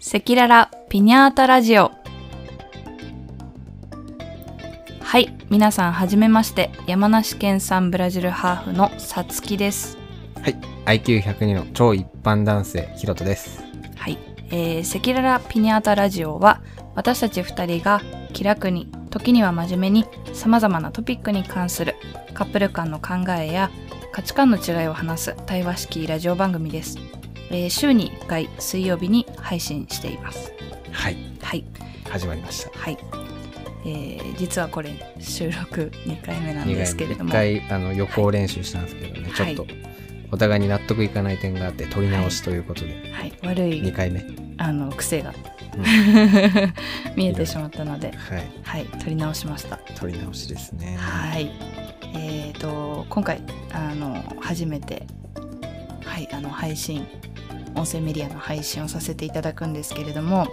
赤裸々ピニャータラジオ。はい、皆さんはじめまして。山梨県産ブラジルハーフのさつきです。 はい、IQ102 の超一般男性ひろとです。 はい、赤裸々ピニャータラジオは私たち2人が気楽に時には真面目に様々なトピックに関するカップル間の考えや価値観の違いを話す対話式ラジオ番組です。週に1回水曜日に配信しています。 はい、 はい、 始まりました。 はい、実はこれ収録2回目なんですけれども、 1回予行練習したんですけどね、はい、ちょっとお互いに納得いかない点があって取り直しということで、 はい、悪い 2回目癖が、見えてしまったので、はい、はい、取り直しました。 取り直しですね。 はい、今回初めて、はい、配信音声メディアの配信をさせていただくんですけれども、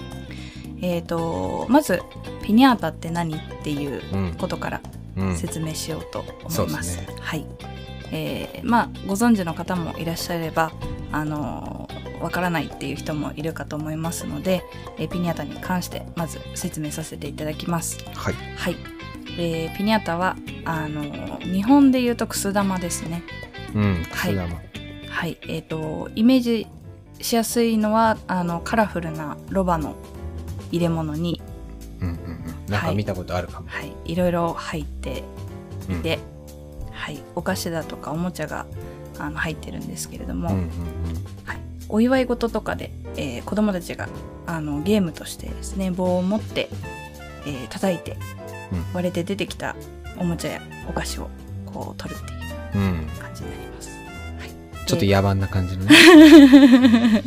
まずピニャータって何っていうことから説明しようと思います。はい、ご存知の方もいらっしゃればわからないっていう人もいるかと思いますので、ピニャータに関してまず説明させていただきます。 はい、 はい、ピニャータは日本でいうとくす玉ですね。 くす玉、 はい、イメージしやすいのはカラフルなロバの入れ物に、 なんか見たことあるかも。 はい、いろいろ入っていて、はい、お菓子だとかおもちゃが入ってるんですけれども、はい、お祝い事とかで、子供たちがゲームとしてですね、棒を持って、叩いて、割れて出てきたおもちゃやお菓子をこう取るっていう感じになります。 ちょっと野蛮な感じのね。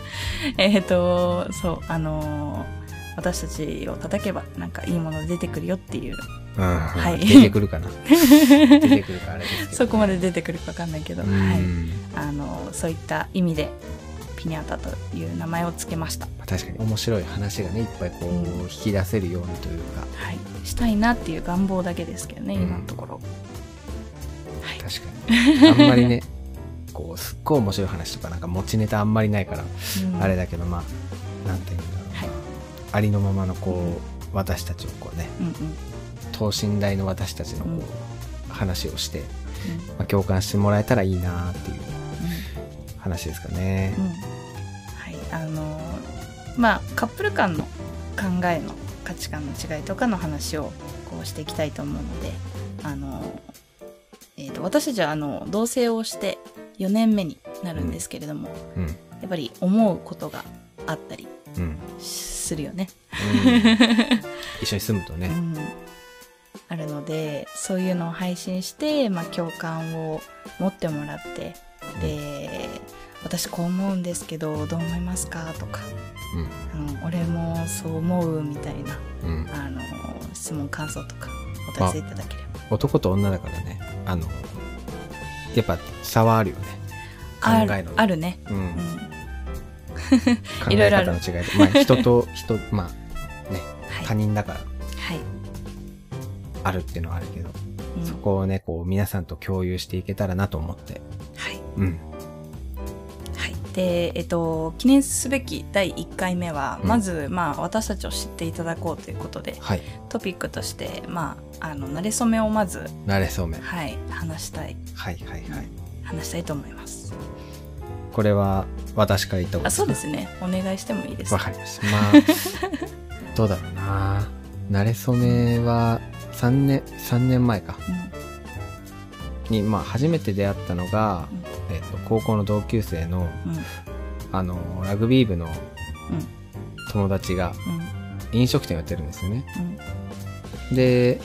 そう私たちを叩けばなんかいいもの出てくるよっていう、はい、 出てくるかな出てくるかあれですけど、ね、 そこまで出てくるか分かんないけど、はい、そういった意味でピニャータという名前をつけました。 確かに面白い話がねいっぱいこう引き出せるようにというか、 はい、したいなっていう願望だけですけどね、今のところ。 はい、確かにあんまりねこうすっごい面白い話とかなんか持ちネタあんまりないから、あれだけど、まあなんていうんだろうな、はい、ありのままのこう、私たちをこうね、等身大の私たちのこう、話をして、共感してもらえたらいいなっていう話ですかね。 はい、カップル間の考えの価値観の違いとかの話をこうしていきたいと思うので、私たちは同棲をして4年目になるんですけれども、やっぱり思うことがあったりするよね。 一緒に住むとね、 あるので、そういうのを配信して、共感を持ってもらって、で私こう思うんですけどどう思いますかとか、俺もそう思うみたいな、質問感想とかお寄せいただければ。 男と女だからね、やっぱ差はあるよね。考えのあるね。 考え方の違いで、人と人ね、他人だからあるっていうのはあるけど、そこをねこう皆さんと共有していけたらなと思って。はい。 はい。で記念すべき第1回目は、まず私たちを知っていただこうということで、トピックとして馴れ初めをまず話したい。話したいと思います。 これは私から言った方がいいですか？ そうですね。お願いしてもいいですか？ わかりました。どうだろうな。馴れ初めは3年前か、に初めて出会ったのが、高校の同級生の、ラグビー部の友達が飲食店をやってるんですよね。で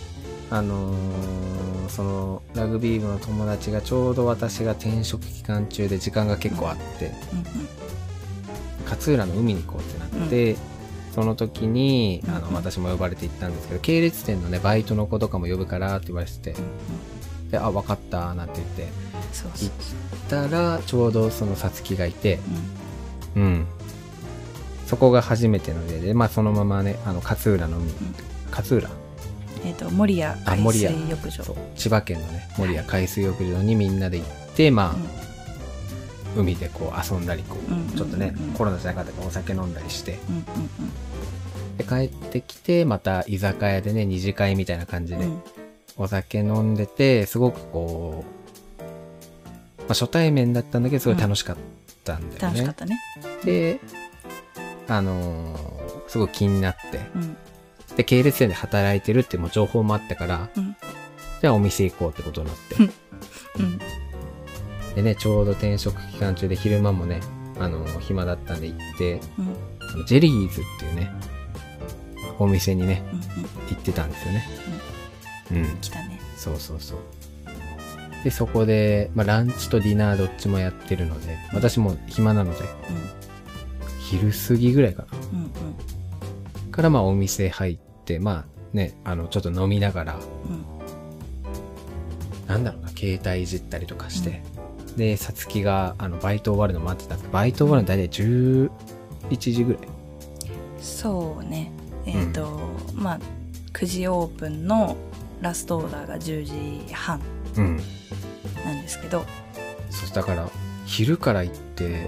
そのラグビー部の友達がちょうど私が転職期間中で時間が結構あって、勝浦の海に行こうってなって、その時に私も呼ばれて行ったんですけど、系列店のねバイトの子とかも呼ぶからって言われてて、で分かったなんて言って行ったら、ちょうどそのさつきがいて、そこが初めての出で、そのままね勝浦の海、勝浦守谷海水浴場、 千葉県のね守谷海水浴場にみんなで行って、 海でこう遊んだり、こうんうんうんうんう、ちょっとね、コロナじゃなかったからお酒飲んだりして、 うんうんで、帰ってきて、また居酒屋でね、二次会みたいな感じで、 うんお酒飲んでて、すごくこう、まあ、初対面だったんだけど、すごい楽しかったんだよね。 楽しかったね。 で、すごい気になって、 うんで、系列店で働いてるってもう情報もあったから、 うんじゃあお店行こうってことになって。 うんでね、ちょうど転職期間中で昼間もね、暇だったんで行って、 うんジェリーズっていうね、お店にね、 うんうん行ってたんですよね。うん。 来たね。 そうそうそう。で、そこで、まあ、ランチとディナーどっちもやってるので、私も暇なので、昼過ぎぐらいかな。 うんうんから、まあ、お店入って、まあ、ね、ちょっと飲みながら、 うんなんだろうな、携帯いじったりとかして、で、さつきが、バイト終わるの待ってたんですけど、バイト終わるの大体11時ぐらい。 そうね。まあ、9時オープンのラストオーダーが10時半うん。 なんですけど、 そう、だから、昼から行って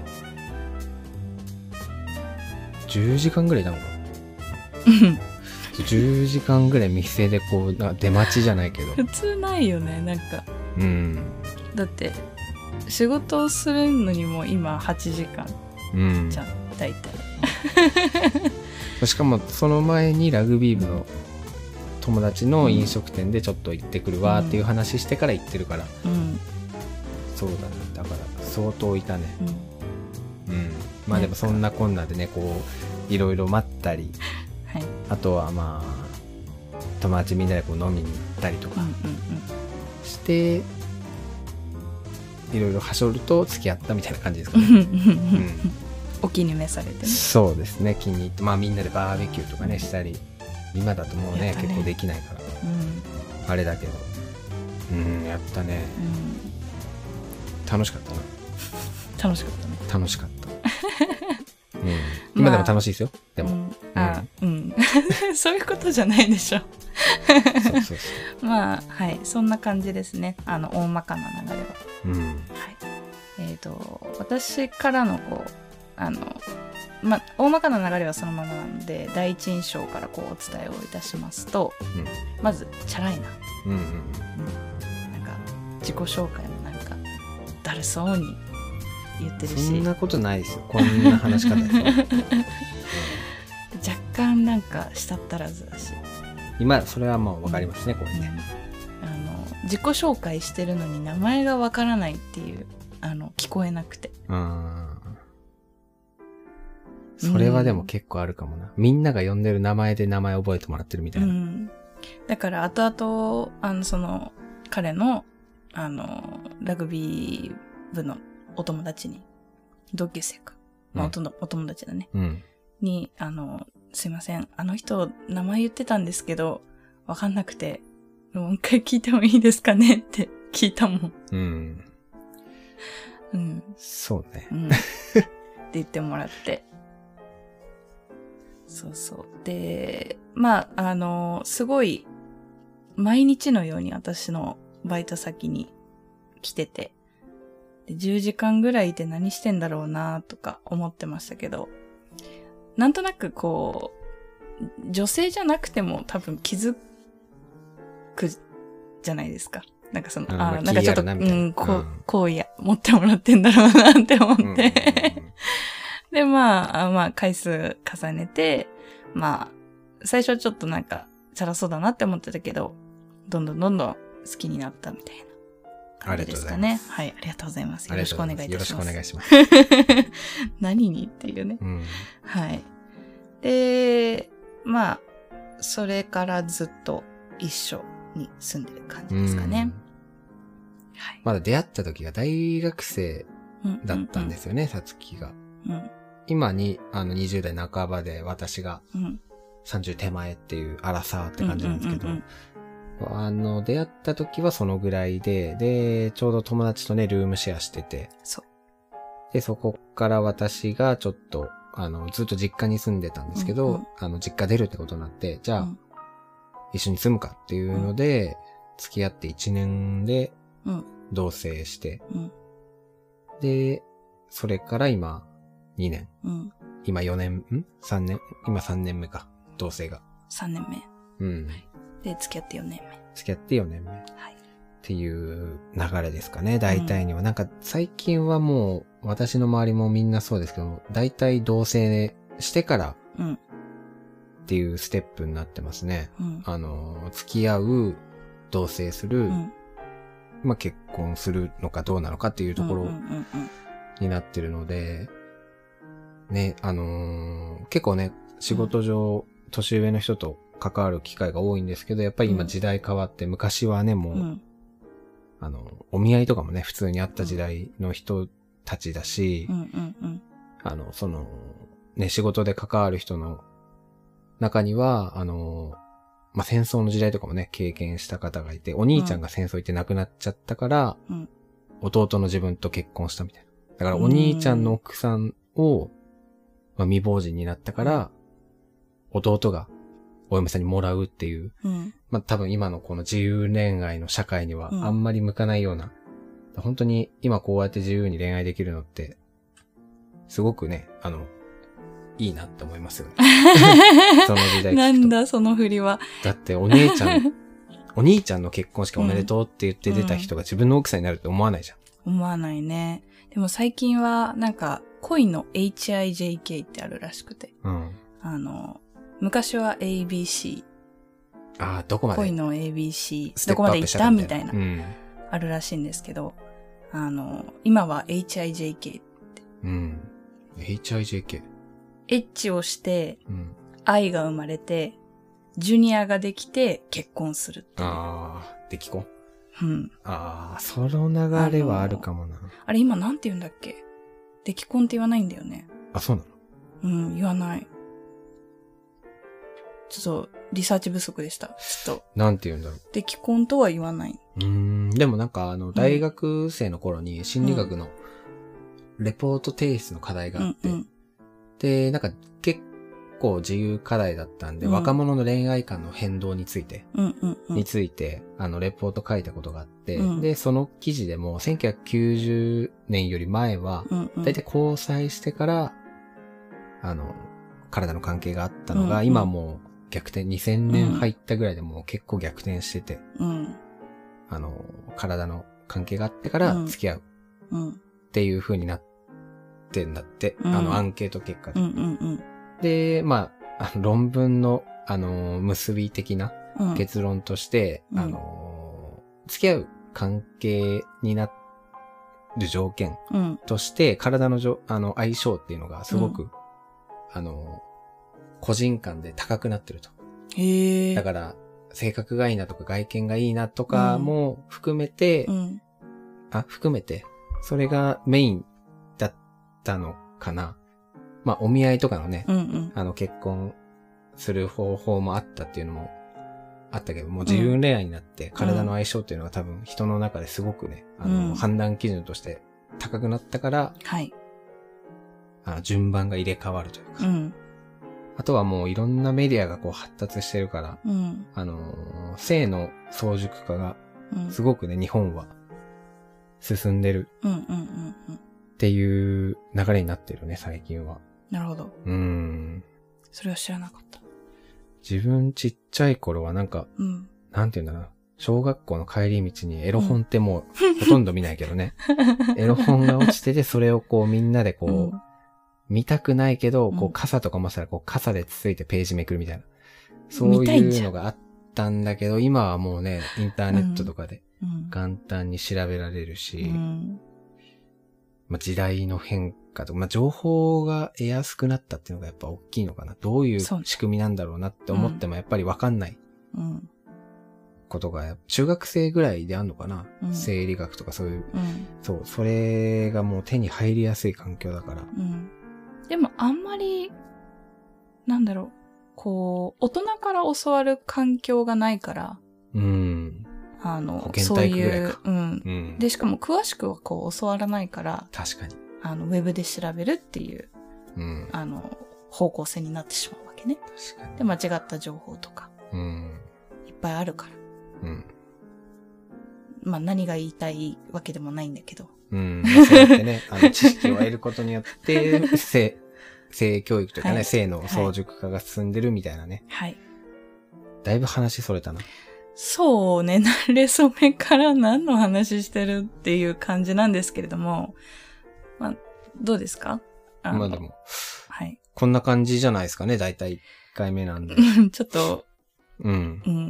、10時間ぐらいいたのかな。10時間ぐらい店でこう、出待ちじゃないけど。 普通ないよね。なんか、 うん。 だって仕事をするのにも今8時間うん。 じゃん、大体。 しかも、その前にラグビー部の友達の飲食店でちょっと行ってくるわっていう話してから行ってるから。 うんそうだね。だから、相当いたね。 うんうん。まあでもそんなこんなでね、こう、いろいろ待ったり、 はい。 あとはまあ、友達みんなでこう飲みに行ったりとかうんうんして、いろいろはしょると付き合ったみたいな感じですかね。 うん。 うんお気に召されてね。 そうですね、気に入って、まあみんなでバーベキューとかね、したり、今だともうね、 やったね結構できないから、 うんあれだけど、やったね。 うん。 楽しかったな。 楽しかったね。 楽しかった。今でも楽しいですよ、でも。 そういうことじゃないでしょ。 そうそうそまあ、はい。そんな感じですね。大まかな流れは。 う。うん。 はい。私からのこう、まあ、大まかな流れはそのままなので、第一印象からこうお伝えをいたしますと、まず、チャラいな。 うん。 なんか、自己紹介もなんか、だるそうに言ってるし。 そんなことないですよ。こんな話し方ですよ。 若干なんか、したったらずだし。 今、それはもうわかりますね、これね。 自己紹介してるのに名前がわからないっていう、聞こえなくて。 それはでも結構あるかもな。みんなが呼んでる名前で名前覚えてもらってるみたいな。 だから後々、彼の、ラグビー部のお友達に、同級生か。まあ、お友達だね。に、すいません。あの人、名前言ってたんですけど、わかんなくて、もう一回聞いてもいいですかねって聞いたもん。 そうね。 って言ってもらって。そうそう。で、まあ、すごい、毎日のように私のバイト先に来てて、で10時間ぐらいいて何してんだろうなとか思ってましたけど、なんとなくこう、女性じゃなくても多分気づくじゃないですか。なんかなんかちょっと、好意持ってもらってんだろうなって思って。で、まあ、回数重ねて、まあ、最初はちょっとなんか、チャラそうだなって思ってたけど、どんどん好きになったみたいな感じですかね。はい、ありがとうございます。よろしくお願いいたします。 よろしくお願いします。 何にっていうね。はい。で、まあ、それからずっと一緒に住んでる感じですかね。はい。 まだ出会った時が大学生だったんですよね、さつきが。今に、20代半ばで私が30手前っていう荒さって感じなんですけど、出会った時はそのぐらいで、ちょうど友達とね、ルームシェアしてて、で、そこから私がちょっと、ずっと実家に住んでたんですけど、実家出るってことになって、じゃあ、一緒に住むかっていうので、付き合って1年で、同棲して、で、 それから今2年。 うん。 今4年、3年今3年目か。同棲が。 3年目。 うん。 で、付き合って4年目。 付き合って4年目。 はい。 っていう流れですかね、大体には。なんか最近はもう私の周りもみんなそうですけど、大体同棲してからっていうステップになってますね。 うん、 付き合う、同棲する、まあ、結婚するのかどうなのかっていうところになってるので、ね、結構ね、仕事上、年上の人と関わる機会が多いんですけど、やっぱり今時代変わって、昔はね、もう、お見合いとかもね、普通にあった時代の人たちだし、ね、仕事で関わる人の中には、まあ、戦争の時代とかもね、経験した方がいて、お兄ちゃんが戦争行って亡くなっちゃったから、弟の自分と結婚したみたいな。だからお兄ちゃんの奥さんを、まあ、未亡人になったから、弟がお嫁さんにもらうっていう、まあ、多分今のこの自由恋愛の社会にはあんまり向かないような、本当に今こうやって自由に恋愛できるのって、すごくね、いいなって思いますよね。その時代。 なんだその振りは。 だってお兄ちゃんの結婚式おめでとうって言って出た人が自分の奥さんになるって思わないじゃん。 思わないね。でも最近はなんか恋の HIJK ってあるらしくて。昔は ABC。 どこまで恋の ABC。どこまで行ったみたいな。あるらしいんですけど、今は HIJK って。 HIJK。 エッチをして、愛が生まれて、ジュニアができて結婚するっていう。 出来婚？ うん。 その流れはあるかもな。 あれ今なんて言うんだっけ？出来婚って言わないんだよね。 そうなの？ 言わない。ちょっと、リサーチ不足でした。ちょっと。 なんて言うんだろう。 出来婚とは言わない。 でもなんか大学生の頃に心理学のレポート提出の課題があって、で、なんか結構自由課題だったんで、若者の恋愛観の変動について、レポート書いたことがあって、で、その記事でも1990年より前は、だいたい交際してから、体の関係があったのが、今もう逆転、2000年入ったぐらいでもう結構逆転してて、体の関係があってから付き合うっていう風になってんだって、アンケート結果で。で、まあ、論文の、結び的な結論として、付き合う関係になる条件として、体の相性っていうのがすごく、個人間で高くなってると。だから、性格がいいなとか外見がいいなとかも含めて、それがメインだったのかな。まあ、お見合いとかのね、結婚する方法もあったっていうのもあったけども、自由恋愛になって体の相性っていうのが多分人の中ですごくね、判断基準として高くなったから、順番が入れ替わるというか、あとはもういろんなメディアがこう発達してるから、性の早熟化がすごくね、日本は進んでるっていう流れになってるね、最近は。 なるほど。それは知らなかった。 自分ちっちゃい頃はなんか、なんていうんだな、小学校の帰り道にエロ本ってもうほとんど見ないけどね。エロ本が落ちてて、それをこうみんなでこう、見たくないけど、こう傘とかもしたらこう傘でつついてページめくるみたいな。そういうのがあったんだけど、今はもうね、インターネットとかで簡単に調べられるし、まあ、時代の変化とか、まあ、情報が得やすくなったっていうのがやっぱ大きいのかな。どういう仕組みなんだろうなって思ってもやっぱりわかんないことが、中学生ぐらいであんのかな。生理学とかそういう、それがもう手に入りやすい環境だから。 でもあんまり、なんだろう、こう、大人から教わる環境がないから、そういう、で、しかも詳しくはこう教わらないから、 確かに。 ウェブで調べるっていう、方向性になってしまうわけね。 確かに。 で、間違った情報とか、いっぱいあるから。まあ何が言いたいわけでもないんだけど。 うん。そうやってね、知識を得ることによって、性教育というかね、はい、性の早熟化が進んでるみたいなね。 はい。 だいぶ話それたな。 そうね、慣れ初めから何の話してるっていう感じなんですけれども、まあ、どうですか？ まあでも、 はい。 こんな感じじゃないですかね、だいたい1回目なんで。 ちょっと、うん、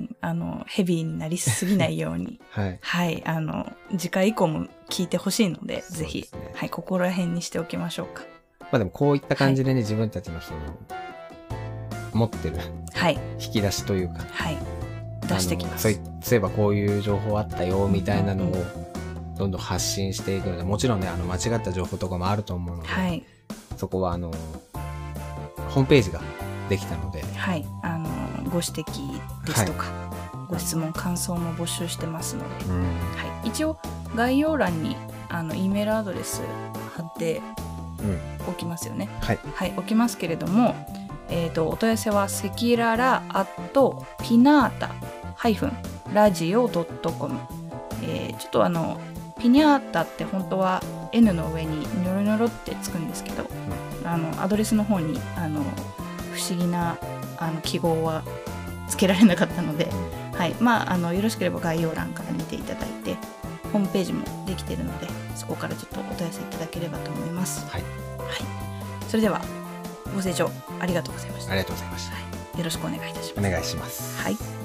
ヘビーになりすぎないように。 はい。 はい。次回以降も聞いてほしいので、ぜひ、はい、ここら辺にしておきましょうか。 まあでもこういった感じでね、はい、自分たちの持ってる、 はい。 引き出しというか、 はい。出してきます。 そういえばこういう情報あったよ、みたいなのを、どんどん発信していくので、もちろんね、間違った情報とかもあると思うので、はい。そこは、ホームページができたので、 はい。ご指摘ですとか、はい、ご質問、感想も募集してますので、はい。一応、概要欄に、E メールアドレス貼っておきますよね。 はい。 はい、置きますけれども、お問い合わせは、赤裸々@pinata-radio.com。ちょっとピニャータって本当は N の上にニョロニョロってつくんですけど、アドレスの方に不思議な記号はつけられなかったので、はい、まあよろしければ概要欄から見ていただいて、ホームページもできているので、そこからちょっとお問い合わせいただければと思います。 はい。 はい。それではご清聴ありがとうございました。 ありがとうございました。 はい、よろしくお願いいたします。 お願いします。 はい。